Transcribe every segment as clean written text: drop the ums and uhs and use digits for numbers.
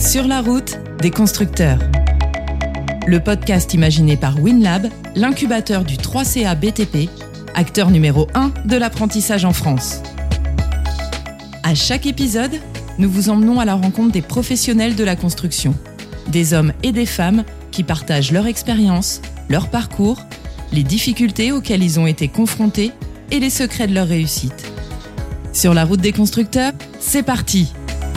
Sur la route des constructeurs. Le podcast imaginé par WinLab, l'incubateur du 3CA BTP, acteur numéro 1 de l'apprentissage en France. À chaque épisode, nous vous emmenons à la rencontre des professionnels de la construction, des hommes et des femmes qui partagent leur expérience, leur parcours, les difficultés auxquelles ils ont été confrontés et les secrets de leur réussite. Sur la route des constructeurs, c'est parti!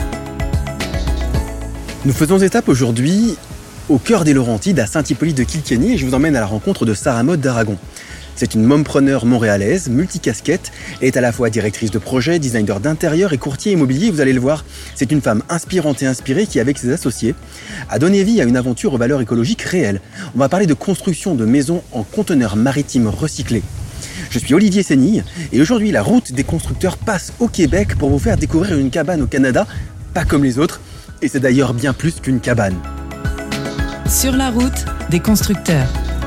Nous faisons étape aujourd'hui au cœur des Laurentides, à Saint-Hippolyte-de-Kilkenny, et je vous emmène à la rencontre de Sarah Maude d'Aragon. C'est une mompreneur montréalaise, multicasquette. Elle est à la fois directrice de projet, designer d'intérieur et courtier immobilier. Vous allez le voir, c'est une femme inspirante et inspirée qui, avec ses associés, a donné vie à une aventure aux valeurs écologiques réelles. On va parler de construction de maisons en conteneurs maritimes recyclés. Je suis Olivier Sénille et aujourd'hui, la route des constructeurs passe au Québec pour vous faire découvrir une cabane au Canada, pas comme les autres, et c'est d'ailleurs bien plus qu'une cabane. Sur la route des constructeurs.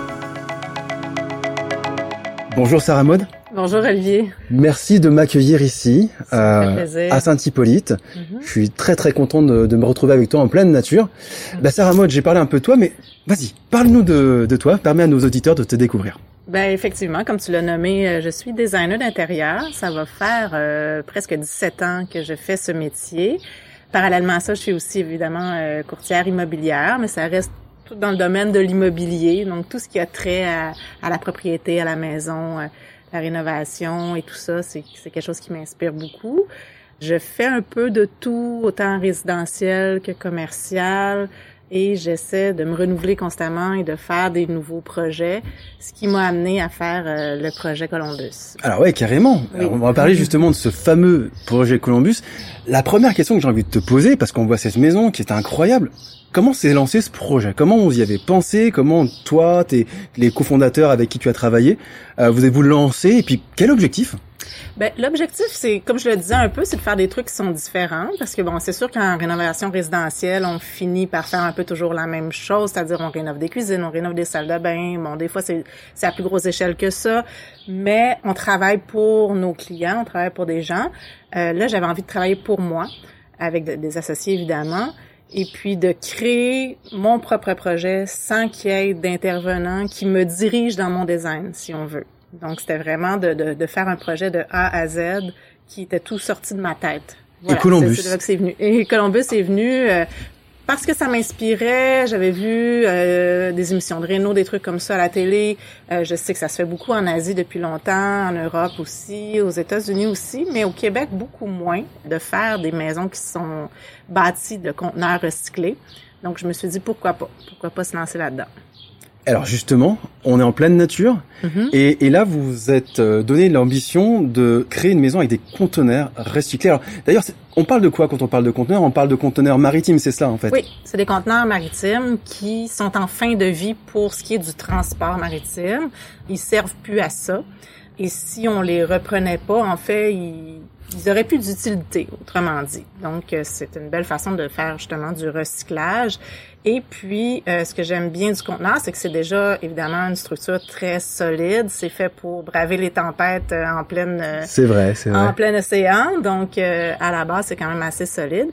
Bonjour Sarah Maude. Bonjour Olivier. Merci de m'accueillir ici, à Saint-Hippolyte. Je suis très très content de me retrouver avec toi en pleine nature. Sarah Maude, j'ai parlé un peu de toi, mais vas-y, parle-nous de toi, permets à nos auditeurs de te découvrir. Effectivement, comme tu l'as nommé, je suis designer d'intérieur. Ça va faire presque 17 ans que je fais ce métier. Parallèlement à ça, je suis aussi évidemment courtière immobilière, mais ça reste tout dans le domaine de l'immobilier. Donc tout ce qui a trait à la propriété, à la maison, la rénovation et tout ça, c'est quelque chose qui m'inspire beaucoup. Je fais un peu de tout, autant résidentiel que commercial. Et j'essaie de me renouveler constamment et de faire des nouveaux projets, ce qui m'a amené à faire le projet Columbus. Alors ouais, carrément. Oui. Alors, on va parler justement de ce fameux projet Columbus. La première question que j'ai envie de te poser, parce qu'on voit cette maison qui est incroyable, comment s'est lancé ce projet? Comment vous y avez pensé? Comment toi, les cofondateurs avec qui tu as travaillé, vous avez-vous lancé? Et puis, quel objectif? L'objectif, c'est, comme je le disais un peu, c'est de faire des trucs qui sont différents. Parce que c'est sûr qu'en rénovation résidentielle, on finit par faire un peu toujours la même chose. C'est-à-dire, on rénove des cuisines, on rénove des salles de bain. Des fois, c'est à plus grosse échelle que ça. Mais on travaille pour nos clients, on travaille pour des gens. Là, j'avais envie de travailler pour moi, avec des associés, évidemment. Et puis de créer mon propre projet sans qu'il y ait d'intervenants qui me dirigent dans mon design, si on veut. Donc, c'était vraiment de faire un projet de A à Z qui était tout sorti de ma tête. Voilà, et Columbus. C'est là que c'est venu. Et Columbus est venu parce que ça m'inspirait. J'avais vu des émissions de réno, des trucs comme ça à la télé. Je sais que ça se fait beaucoup en Asie depuis longtemps, en Europe aussi, aux États-Unis aussi, mais au Québec, beaucoup moins, de faire des maisons qui sont bâties de conteneurs recyclés. Donc, je me suis dit, pourquoi pas se lancer là-dedans. Alors justement, on est en pleine nature et là vous vous êtes donné l'ambition de créer une maison avec des conteneurs recyclés. Alors d'ailleurs, on parle de quoi quand on parle de conteneurs? On parle de conteneurs maritimes, c'est ça en fait? Oui, c'est des conteneurs maritimes qui sont en fin de vie pour ce qui est du transport maritime. Ils servent plus à ça. Et si on les reprenait pas, en fait, ils auraient plus d'utilité, autrement dit. Donc, c'est une belle façon de faire justement du recyclage. Et puis, ce que j'aime bien du conteneur, c'est que c'est déjà, évidemment, une structure très solide. C'est fait pour braver les tempêtes en pleine... C'est vrai. En plein océan. Donc, à la base, c'est quand même assez solide.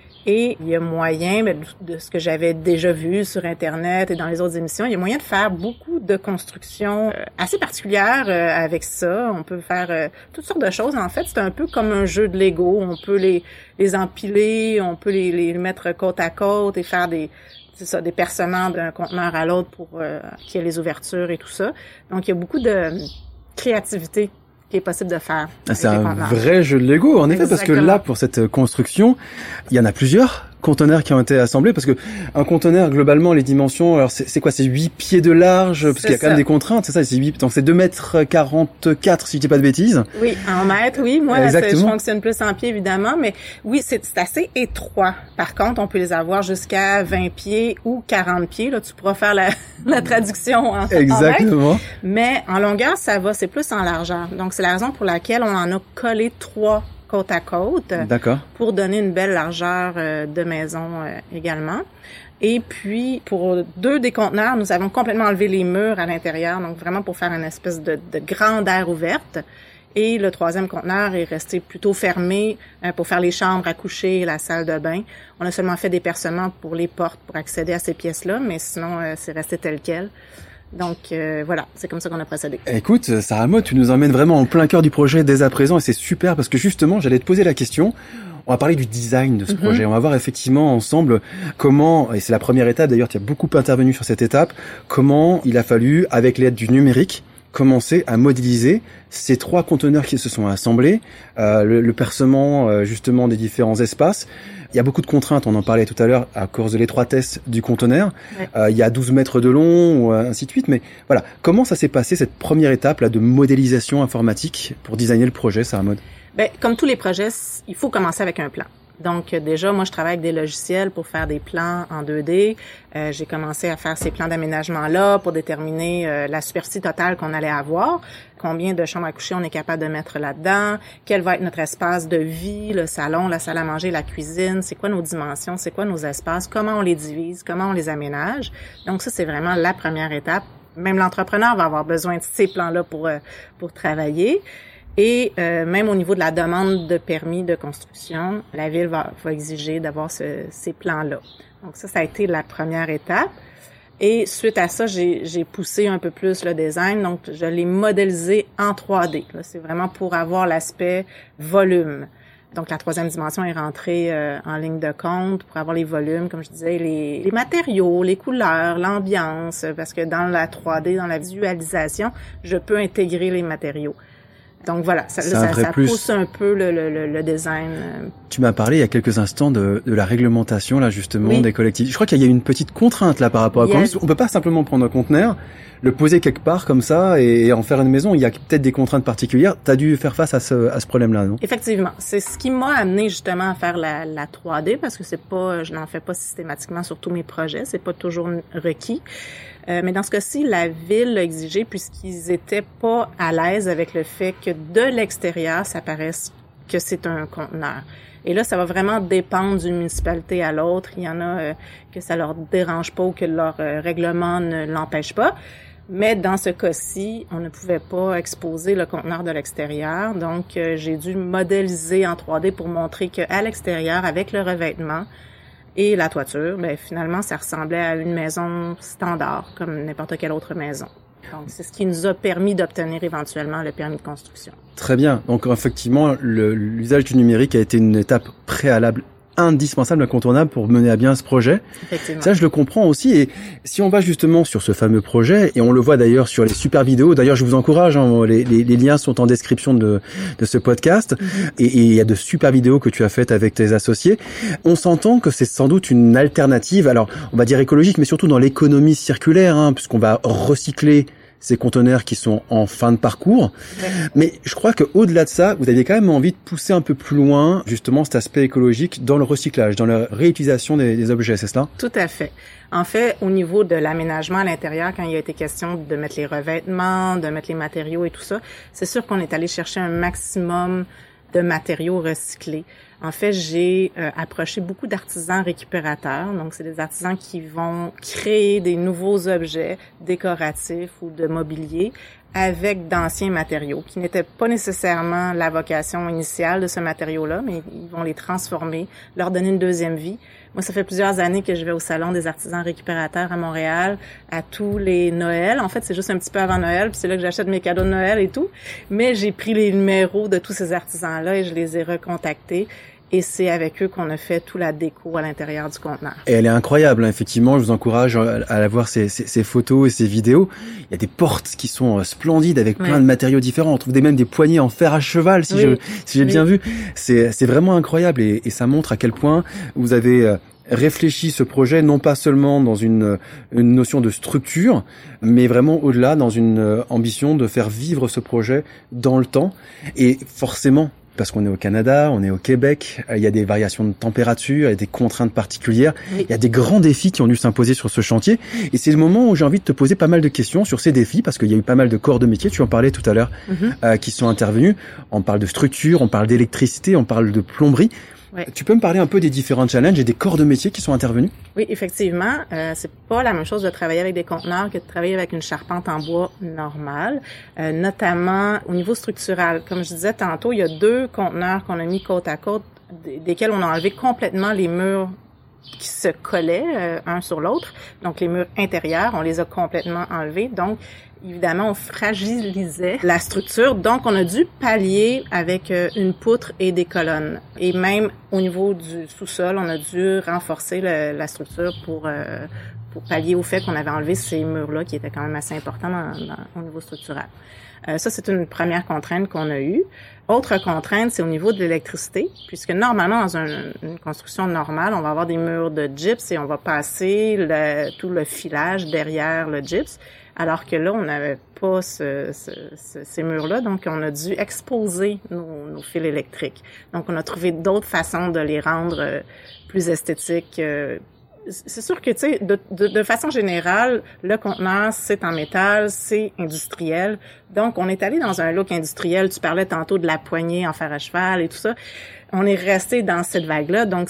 Et il y a moyen, de ce que j'avais déjà vu sur Internet et dans les autres émissions, il y a moyen de faire beaucoup de constructions assez particulières avec ça. On peut faire toutes sortes de choses. En fait, c'est un peu comme un jeu de Lego. On peut les empiler, on peut les mettre côte à côte et faire des percements d'un conteneur à l'autre pour qu'il y ait les ouvertures et tout ça. Donc, il y a beaucoup de créativité qui est possible de faire. C'est un vrai jeu de Lego, en effet, Exactement. Parce que là, pour cette construction, il y en a plusieurs conteneurs qui ont été assemblés, parce que un conteneur, globalement, les dimensions, alors c'est quoi? C'est 8 pieds de large, parce qu'il y a quand même des contraintes, c'est ça? C'est 8, donc c'est 2,44 m, si je dis pas de bêtises. Oui, en mètres, oui. Moi, là, je fonctionne plus en pieds, évidemment, mais oui, c'est assez étroit. Par contre, on peut les avoir jusqu'à 20 pieds ou 40 pieds. Là, tu pourras faire la traduction en Exactement. mètres. Mais en longueur, ça va, c'est plus en largeur. Donc, c'est la raison pour laquelle on en a collé 3 côte à côte. D'accord. Pour donner une belle largeur de maison également. Et puis, pour 2 des conteneurs, nous avons complètement enlevé les murs à l'intérieur, donc vraiment pour faire une espèce de grande aire ouverte. Et le 3e conteneur est resté plutôt fermé pour faire les chambres à coucher et la salle de bain. On a seulement fait des percements pour les portes pour accéder à ces pièces-là, mais sinon, c'est resté tel quel. Donc voilà, c'est comme ça qu'on a procédé. Écoute, Sarah Maud, tu nous emmènes vraiment en plein cœur du projet dès à présent et c'est super parce que justement, j'allais te poser la question. On va parler du design de ce projet. On va voir effectivement ensemble comment, et c'est la première étape d'ailleurs, tu as beaucoup intervenu sur cette étape, comment il a fallu, avec l'aide du numérique, commencer à modéliser ces 3 conteneurs qui se sont assemblés, le percement justement des différents espaces. Il y a beaucoup de contraintes, on en parlait tout à l'heure, à cause de l'étroitesse du conteneur. Ouais. Il y a 12 mètres de long, ou ainsi de suite. Mais voilà, comment ça s'est passé cette première étape là de modélisation informatique pour designer le projet, Sarah Maud? Ben, comme tous les projets, il faut commencer avec un plan. Donc déjà, moi, je travaille avec des logiciels pour faire des plans en 2D. J'ai commencé à faire ces plans d'aménagement-là pour déterminer la superficie totale qu'on allait avoir, combien de chambres à coucher on est capable de mettre là-dedans, quel va être notre espace de vie, le salon, la salle à manger, la cuisine, c'est quoi nos dimensions, c'est quoi nos espaces, comment on les divise, comment on les aménage. Donc ça, c'est vraiment la première étape. Même l'entrepreneur va avoir besoin de ces plans-là pour travailler. Et même au niveau de la demande de permis de construction, la ville va exiger d'avoir ces plans-là. Donc ça a été la première étape. Et suite à ça, j'ai poussé un peu plus le design. Donc je l'ai modélisé en 3D. Là, c'est vraiment pour avoir l'aspect volume. Donc la 3e dimension est rentrée en ligne de compte pour avoir les volumes, comme je disais, les matériaux, les couleurs, l'ambiance. Parce que dans la 3D, dans la visualisation, je peux intégrer les matériaux. Donc voilà, ça pousse un peu le design. Tu m'as parlé il y a quelques instants de la réglementation là justement des collectifs. Je crois qu'il y a une petite contrainte là par rapport à on peut pas simplement prendre un conteneur, le poser quelque part comme ça et en faire une maison. Il y a peut-être des contraintes particulières. Tu as dû faire face à ce problème-là, non? Effectivement, c'est ce qui m'a amené justement à faire la 3D parce que je n'en fais pas systématiquement sur tous mes projets, c'est pas toujours requis. Mais dans ce cas-ci, la ville l'a exigé puisqu'ils étaient pas à l'aise avec le fait que de l'extérieur, ça paraisse que c'est un conteneur. Et là, ça va vraiment dépendre d'une municipalité à l'autre. Il y en a que ça leur dérange pas ou que leur règlement ne l'empêche pas. Mais dans ce cas-ci, on ne pouvait pas exposer le conteneur de l'extérieur. Donc, j'ai dû modéliser en 3D pour montrer qu'à l'extérieur, avec le revêtement, et la toiture, ben finalement, ça ressemblait à une maison standard, comme n'importe quelle autre maison. Donc, c'est ce qui nous a permis d'obtenir éventuellement le permis de construction. Très bien. Donc, effectivement, l'usage du numérique a été une étape préalable indispensable, incontournable pour mener à bien ce projet. Effectivement. Ça, je le comprends aussi. Et si on va justement sur ce fameux projet, et on le voit d'ailleurs sur les super vidéos, d'ailleurs, je vous encourage, les liens sont en description de ce podcast, et il y a de super vidéos que tu as faites avec tes associés. On s'entend que c'est sans doute une alternative, alors, on va dire écologique, mais surtout dans l'économie circulaire, puisqu'on va recycler ces conteneurs qui sont en fin de parcours. Ouais. Mais je crois que au-delà de ça, vous aviez quand même envie de pousser un peu plus loin, justement, cet aspect écologique dans le recyclage, dans la réutilisation des objets, c'est cela? Tout à fait. En fait, au niveau de l'aménagement à l'intérieur, quand il a été question de mettre les revêtements, de mettre les matériaux et tout ça, c'est sûr qu'on est allé chercher un maximum de matériaux recyclés. En fait, j'ai approché beaucoup d'artisans récupérateurs. Donc, c'est des artisans qui vont créer des nouveaux objets décoratifs ou de mobilier avec d'anciens matériaux qui n'étaient pas nécessairement la vocation initiale de ce matériau-là, mais ils vont les transformer, leur donner une deuxième vie. Moi, ça fait plusieurs années que je vais au Salon des artisans récupérateurs à Montréal, à tous les Noëls. En fait, c'est juste un petit peu avant Noël, puis c'est là que j'achète mes cadeaux de Noël et tout. Mais j'ai pris les numéros de tous ces artisans-là et je les ai recontactés. Et c'est avec eux qu'on a fait toute la déco à l'intérieur du conteneur. Et elle est incroyable, effectivement. Je vous encourage à aller voir ces photos et ces vidéos. Il y a des portes qui sont splendides avec plein de matériaux différents. On trouve même des poignées en fer à cheval, si j'ai bien vu. C'est vraiment incroyable et ça montre à quel point vous avez réfléchi ce projet, non pas seulement dans une notion de structure, mais vraiment au-delà, dans une ambition de faire vivre ce projet dans le temps. Et forcément, parce qu'on est au Canada, on est au Québec, il y a des variations de température, il y a des contraintes particulières, il y a des grands défis qui ont dû s'imposer sur ce chantier. Et c'est le moment où j'ai envie de te poser pas mal de questions sur ces défis, parce qu'il y a eu pas mal de corps de métier, tu en parlais tout à l'heure, qui sont intervenus. On parle de structure, on parle d'électricité, on parle de plomberie. Oui. Tu peux me parler un peu des différents challenges et des corps de métier qui sont intervenus? Oui, effectivement, c'est pas la même chose de travailler avec des conteneurs que de travailler avec une charpente en bois normale, notamment au niveau structural. Comme je disais tantôt, il y a 2 conteneurs qu'on a mis côte à côte, desquels on a enlevé complètement les murs qui se collaient un sur l'autre. Donc, les murs intérieurs, on les a complètement enlevés. Donc, évidemment, on fragilisait la structure. Donc, on a dû pallier avec une poutre et des colonnes. Et même au niveau du sous-sol, on a dû renforcer la structure pour pallier au fait qu'on avait enlevé ces murs-là qui étaient quand même assez importants au niveau structural. Ça, c'est une première contrainte qu'on a eue. Autre contrainte, c'est au niveau de l'électricité, puisque normalement, dans une construction normale, on va avoir des murs de gyps et on va passer tout le filage derrière le gyps, alors que là, on n'avait pas ces murs-là, donc on a dû exposer nos fils électriques. Donc, on a trouvé d'autres façons de les rendre plus esthétiques. C'est sûr que, tu sais, de façon générale, le conteneur, c'est en métal, c'est industriel. Donc, on est allé dans un look industriel. Tu parlais tantôt de la poignée en fer à cheval et tout ça. On est resté dans cette vague-là. Donc,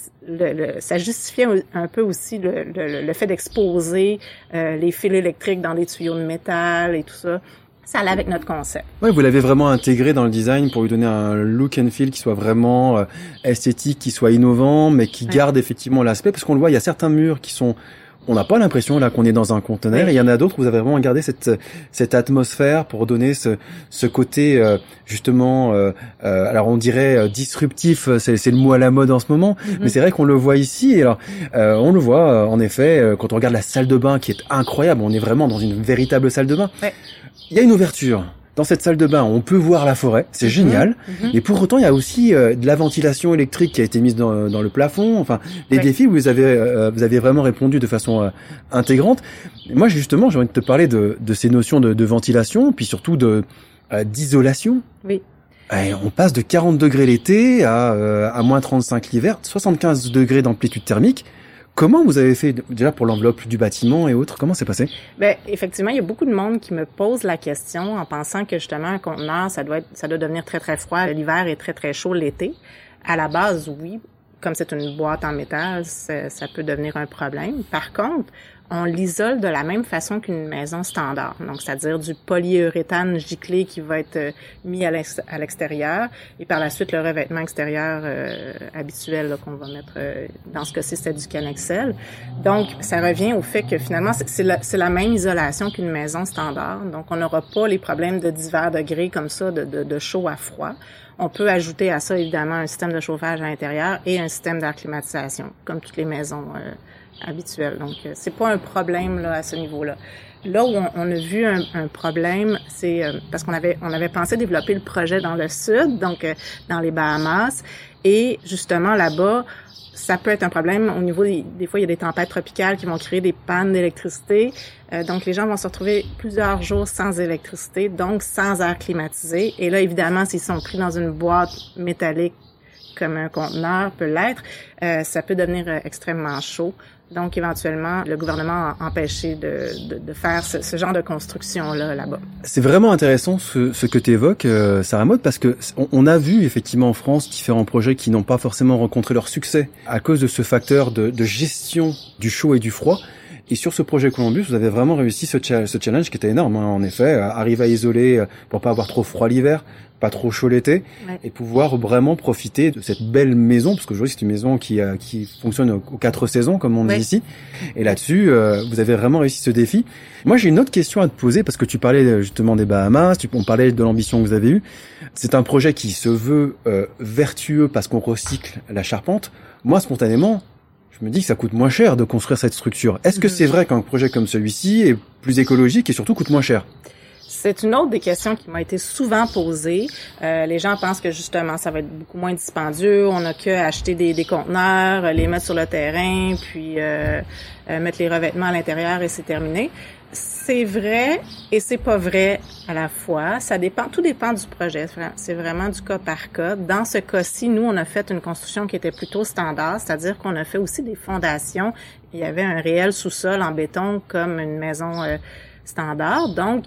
ça justifiait un peu aussi le fait d'exposer les fils électriques dans des tuyaux de métal et tout ça. Ça allait avec notre concept. Ouais, vous l'avez vraiment intégré dans le design pour lui donner un look and feel qui soit vraiment esthétique, qui soit innovant, mais qui garde effectivement l'aspect. Parce qu'on le voit, il y a certains murs qui sont... On n'a pas l'impression là qu'on est dans un conteneur. Et il y en a d'autres où vous avez vraiment gardé cette atmosphère pour donner ce côté justement, alors on dirait disruptif, c'est le mot à la mode en ce moment. Mais c'est vrai qu'on le voit ici. Et alors on le voit en effet quand on regarde la salle de bain qui est incroyable. On est vraiment dans une véritable salle de bain. Ouais. Il y a une ouverture. Dans cette salle de bain, on peut voir la forêt, c'est génial. Et pour autant, il y a aussi de la ventilation électrique qui a été mise dans le plafond. Enfin, les défis, vous avez vraiment répondu de façon intégrante. Moi, justement, j'ai envie de te parler de ces notions de ventilation, puis surtout d'isolation. Oui. Et on passe de 40 degrés l'été à moins 35 l'hiver, 75 degrés d'amplitude thermique. Comment vous avez fait déjà pour l'enveloppe du bâtiment et autres? Comment c'est passé? Ben effectivement, il y a beaucoup de monde qui me pose la question en pensant que justement un conteneur, ça doit devenir très très froid l'hiver et très très chaud l'été. À la base, oui, comme c'est une boîte en métal, ça peut devenir un problème. Par contre, on l'isole de la même façon qu'une maison standard. Donc, c'est-à-dire du polyuréthane giclé qui va être mis à l'extérieur et par la suite le revêtement extérieur habituel là, qu'on va mettre, dans ce cas-ci, c'était du Canexel. Donc, ça revient au fait que finalement, c'est la même isolation qu'une maison standard. Donc, on n'aura pas les problèmes de divers degrés comme ça, de chaud à froid. On peut ajouter à ça, évidemment, un système de chauffage à l'intérieur et un système d'air climatisation, comme toutes les maisons habituelles. Donc, c'est pas un problème là à ce niveau-là. Là où on a vu un problème, c'est parce qu'on avait pensé développer le projet dans le sud, donc dans les Bahamas, et justement là-bas, ça peut être un problème au niveau des fois il y a des tempêtes tropicales qui vont créer des pannes d'électricité. Donc les gens vont se retrouver plusieurs jours sans électricité, donc sans air climatisé. Et là évidemment, s'ils sont pris dans une boîte métallique comme un conteneur peut l'être, ça peut devenir extrêmement chaud. Donc, éventuellement, le gouvernement a empêché de faire ce genre de construction-là, là-bas. C'est vraiment intéressant ce que tu évoques, Sarah Maud, parce que on a vu effectivement en France différents projets qui n'ont pas forcément rencontré leur succès à cause de ce facteur de gestion du chaud et du froid. Et sur ce projet Columbus, vous avez vraiment réussi ce challenge qui était énorme, hein, en effet, arriver à isoler pour pas avoir trop froid l'hiver, pas trop chaud l'été, ouais, et pouvoir vraiment profiter de cette belle maison, parce que je vois que c'est une maison qui fonctionne aux 4 saisons, comme on dit, ouais, ici. Et là-dessus, vous avez vraiment réussi ce défi. Moi, j'ai une autre question à te poser, parce que tu parlais justement des Bahamas, on parlait de l'ambition que vous avez eue. C'est un projet qui se veut vertueux parce qu'on recycle la charpente. Moi, spontanément, je me dis que ça coûte moins cher de construire cette structure. Est-ce que c'est vrai qu'un projet comme celui-ci est plus écologique et surtout coûte moins cher? C'est une autre des questions qui m'a été souvent posée. Les gens pensent que justement, ça va être beaucoup moins dispendieux. On n'a qu'à acheter des conteneurs, les mettre sur le terrain, puis mettre les revêtements à l'intérieur et c'est terminé. C'est vrai et c'est pas vrai à la fois. Ça dépend, tout dépend du projet. C'est vraiment du cas par cas. Dans ce cas-ci, nous, on a fait une construction qui était plutôt standard, c'est-à-dire qu'on a fait aussi des fondations. Il y avait un réel sous-sol en béton comme une maison standard. Donc,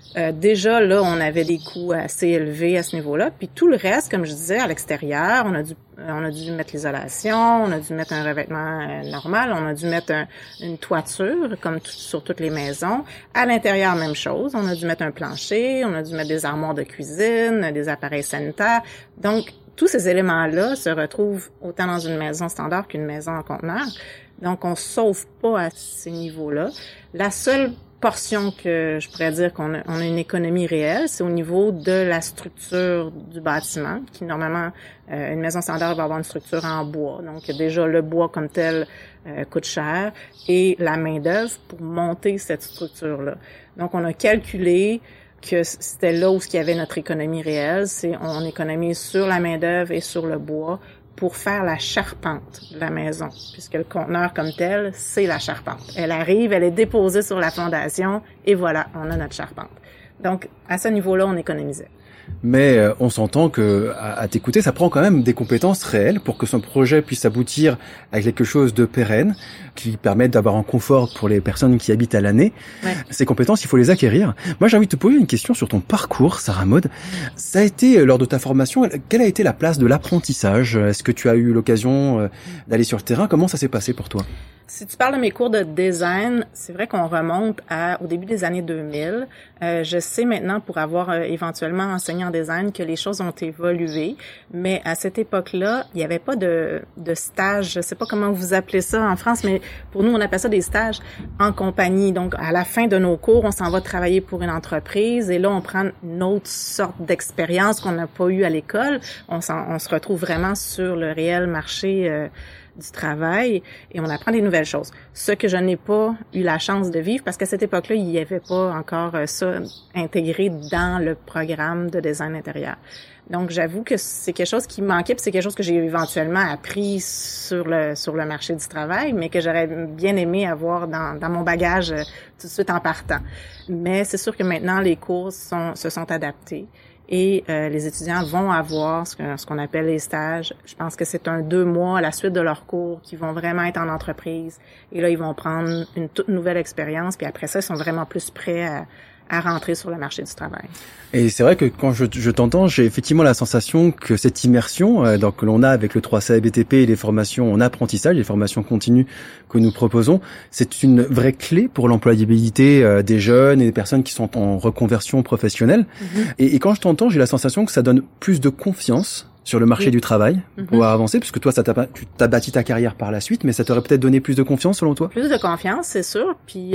Déjà, là, on avait des coûts assez élevés à ce niveau-là. Puis tout le reste, comme je disais, à l'extérieur, on a dû mettre l'isolation, on a dû mettre un revêtement normal, on a dû mettre une toiture, comme sur toutes les maisons. À l'intérieur, même chose. On a dû mettre un plancher, on a dû mettre des armoires de cuisine, des appareils sanitaires. Donc, tous ces éléments-là se retrouvent autant dans une maison standard qu'une maison en conteneur. Donc, on sauve pas à ces niveaux-là. La seule portion que je pourrais dire qu'on a une économie réelle, c'est au niveau de la structure du bâtiment, qui normalement, une maison standard va avoir une structure en bois. Donc, déjà, le bois comme tel coûte cher et la main-d'œuvre pour monter cette structure-là. Donc, on a calculé que c'était là où il y avait notre économie réelle, c'est on économise sur la main-d'œuvre et sur le bois pour faire la charpente de la maison, puisque le conteneur comme tel, c'est la charpente. Elle arrive, elle est déposée sur la fondation, et voilà, on a notre charpente. Donc, à ce niveau-là, on économisait. Mais on s'entend que, à t'écouter, ça prend quand même des compétences réelles pour que son projet puisse aboutir à quelque chose de pérenne, qui permette d'avoir un confort pour les personnes qui habitent à l'année. Ouais. Ces compétences, il faut les acquérir. Moi, j'ai envie de te poser une question sur ton parcours, Sarah Maud. Ça a été, lors de ta formation, quelle a été la place de l'apprentissage? Est-ce que tu as eu l'occasion d'aller sur le terrain? Comment ça s'est passé pour toi? Si tu parles de mes cours de design, c'est vrai qu'on remonte au début des années 2000. Je sais maintenant, pour avoir éventuellement enseigné en design, que les choses ont évolué. Mais à cette époque-là, il n'y avait pas de stage. Je sais pas comment vous appelez ça en France, mais pour nous, on appelle ça des stages en compagnie. Donc, à la fin de nos cours, on s'en va travailler pour une entreprise et là, on prend une autre sorte d'expérience qu'on n'a pas eue à l'école. On se retrouve vraiment sur le réel marché du travail et on apprend des nouvelles choses. Ce que je n'ai pas eu la chance de vivre parce qu'à cette époque-là, il n'y avait pas encore ça intégré dans le programme de design intérieur. Donc, j'avoue que c'est quelque chose qui manquait puis c'est quelque chose que j'ai éventuellement appris sur le marché du travail, mais que j'aurais bien aimé avoir dans mon bagage tout de suite en partant. Mais c'est sûr que maintenant, les cours se sont adaptés. Et les étudiants vont avoir ce qu'on appelle les stages. Je pense que c'est 2 mois à la suite de leur cours qui vont vraiment être en entreprise. Et là, ils vont prendre une toute nouvelle expérience. Puis après ça, ils sont vraiment plus prêts à rentrer sur le marché du travail. Et c'est vrai que quand je t'entends, j'ai effectivement la sensation que cette immersion que l'on a avec le 3CA BTP et les formations en apprentissage, les formations continues que nous proposons, c'est une vraie clé pour l'employabilité des jeunes et des personnes qui sont en reconversion professionnelle. Mm-hmm. Et quand je t'entends, j'ai la sensation que ça donne plus de confiance sur le marché du travail pour pouvoir avancer, puisque toi, tu t'as bâti ta carrière par la suite, mais ça t'aurait peut-être donné plus de confiance selon toi? Plus de confiance, c'est sûr, puis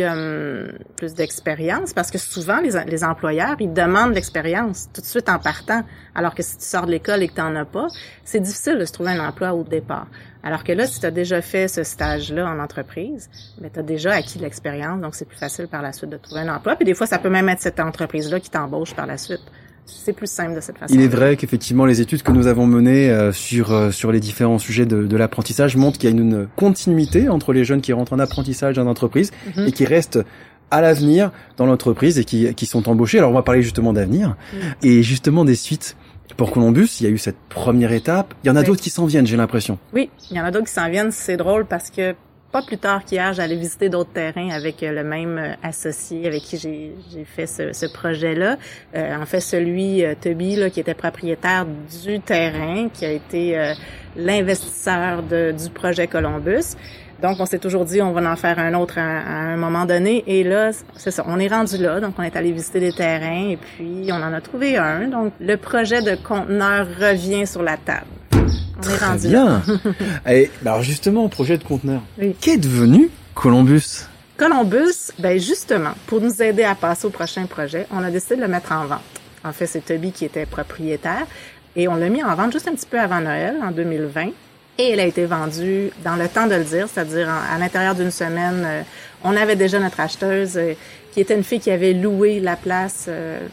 plus d'expérience, parce que souvent, les employeurs, ils demandent l'expérience tout de suite en partant, alors que si tu sors de l'école et que tu n'en as pas, c'est difficile de se trouver un emploi au départ. Alors que là, si tu as déjà fait ce stage-là en entreprise, mais tu as déjà acquis de l'expérience, donc c'est plus facile par la suite de trouver un emploi, puis des fois, ça peut même être cette entreprise-là qui t'embauche par la suite. C'est plus simple de cette façon. Il est vrai qu'effectivement les études que nous avons menées sur les différents sujets de l'apprentissage montrent qu'il y a une continuité entre les jeunes qui rentrent en apprentissage dans l'entreprise et qui restent à l'avenir dans l'entreprise et qui sont embauchés. Alors on va parler justement d'avenir et justement des suites. Pour Columbus, il y a eu cette première étape. Il y en a d'autres qui s'en viennent, j'ai l'impression. Oui, il y en a d'autres qui s'en viennent. C'est drôle parce que pas plus tard qu'hier, j'allais visiter d'autres terrains avec le même associé avec qui j'ai fait ce projet-là. En fait, celui, Toby, là, qui était propriétaire du terrain, qui a été l'investisseur du projet Columbus. Donc, on s'est toujours dit, on va en faire un autre à un moment donné. Et là, c'est ça, on est rendu là. Donc, on est allé visiter des terrains et puis on en a trouvé un. Donc, le projet de conteneur revient sur la table. On est rendu bien. Et alors justement, projet de conteneur. Oui. Qu'est devenu Columbus? Columbus, ben justement, pour nous aider à passer au prochain projet, on a décidé de le mettre en vente. En fait, c'est Toby qui était propriétaire et on l'a mis en vente juste un petit peu avant Noël, en 2020. Et elle a été vendue dans le temps de le dire, c'est-à-dire à l'intérieur d'une semaine. On avait déjà notre acheteuse qui était une fille qui avait loué la place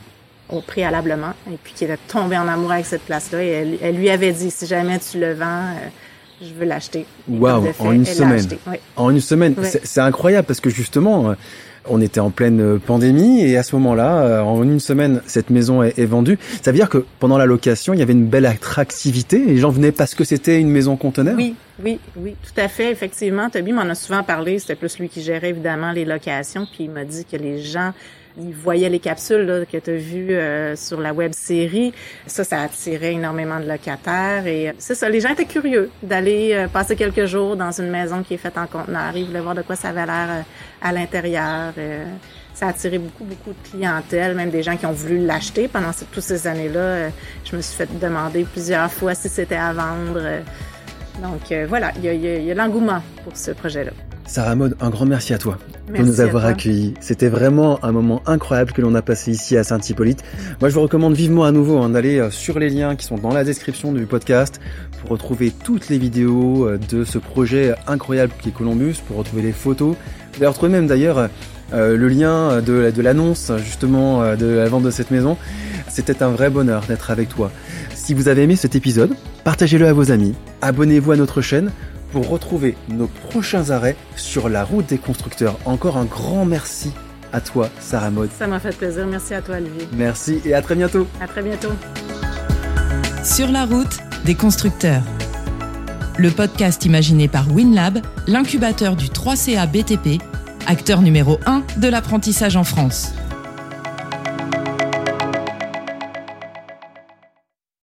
au préalablement et puis qui était tombée en amour avec cette place-là et elle lui avait dit, si jamais tu le vends, je veux l'acheter. Waouh, en une semaine. Oui. En une semaine, oui. C'est incroyable parce que justement, on était en pleine pandémie et à ce moment-là, en une semaine, cette maison est vendue. Ça veut dire que pendant la location, il y avait une belle attractivité et les gens venaient parce que c'était une maison conteneur? Oui, tout à fait. Effectivement, Toby m'en a souvent parlé. C'était plus lui qui gérait évidemment les locations puis il m'a dit que les gens Ils voyaient les capsules là, que tu as vues sur la web-série. Ça attirait énormément de locataires. Et c'est ça, les gens étaient curieux d'aller passer quelques jours dans une maison qui est faite en conteneur. Ils voulaient voir de quoi ça avait l'air à l'intérieur. Ça a attiré beaucoup de clientèle, même des gens qui ont voulu l'acheter pendant toutes ces années-là. Je me suis fait demander plusieurs fois si c'était à vendre. Donc voilà, il y a l'engouement pour ce projet-là. Sarah Maud, un grand merci à toi merci pour nous avoir accueillis. C'était vraiment un moment incroyable que l'on a passé ici à Saint-Hippolyte. Moi, je vous recommande vivement à nouveau d'aller sur les liens qui sont dans la description du podcast pour retrouver toutes les vidéos de ce projet incroyable qui est Columbus, pour retrouver les photos. Vous allez retrouver même d'ailleurs le lien de l'annonce justement de la vente de cette maison. C'était un vrai bonheur d'être avec toi. Si vous avez aimé cet épisode, partagez-le à vos amis, abonnez-vous à notre chaîne pour retrouver nos prochains arrêts sur la route des constructeurs. Encore un grand merci à toi, Sarah Maud. Ça m'a fait plaisir. Merci à toi, Olivier. Merci et à très bientôt. À très bientôt. Sur la route des constructeurs. Le podcast imaginé par WinLab, l'incubateur du 3CA BTP, acteur numéro 1 de l'apprentissage en France.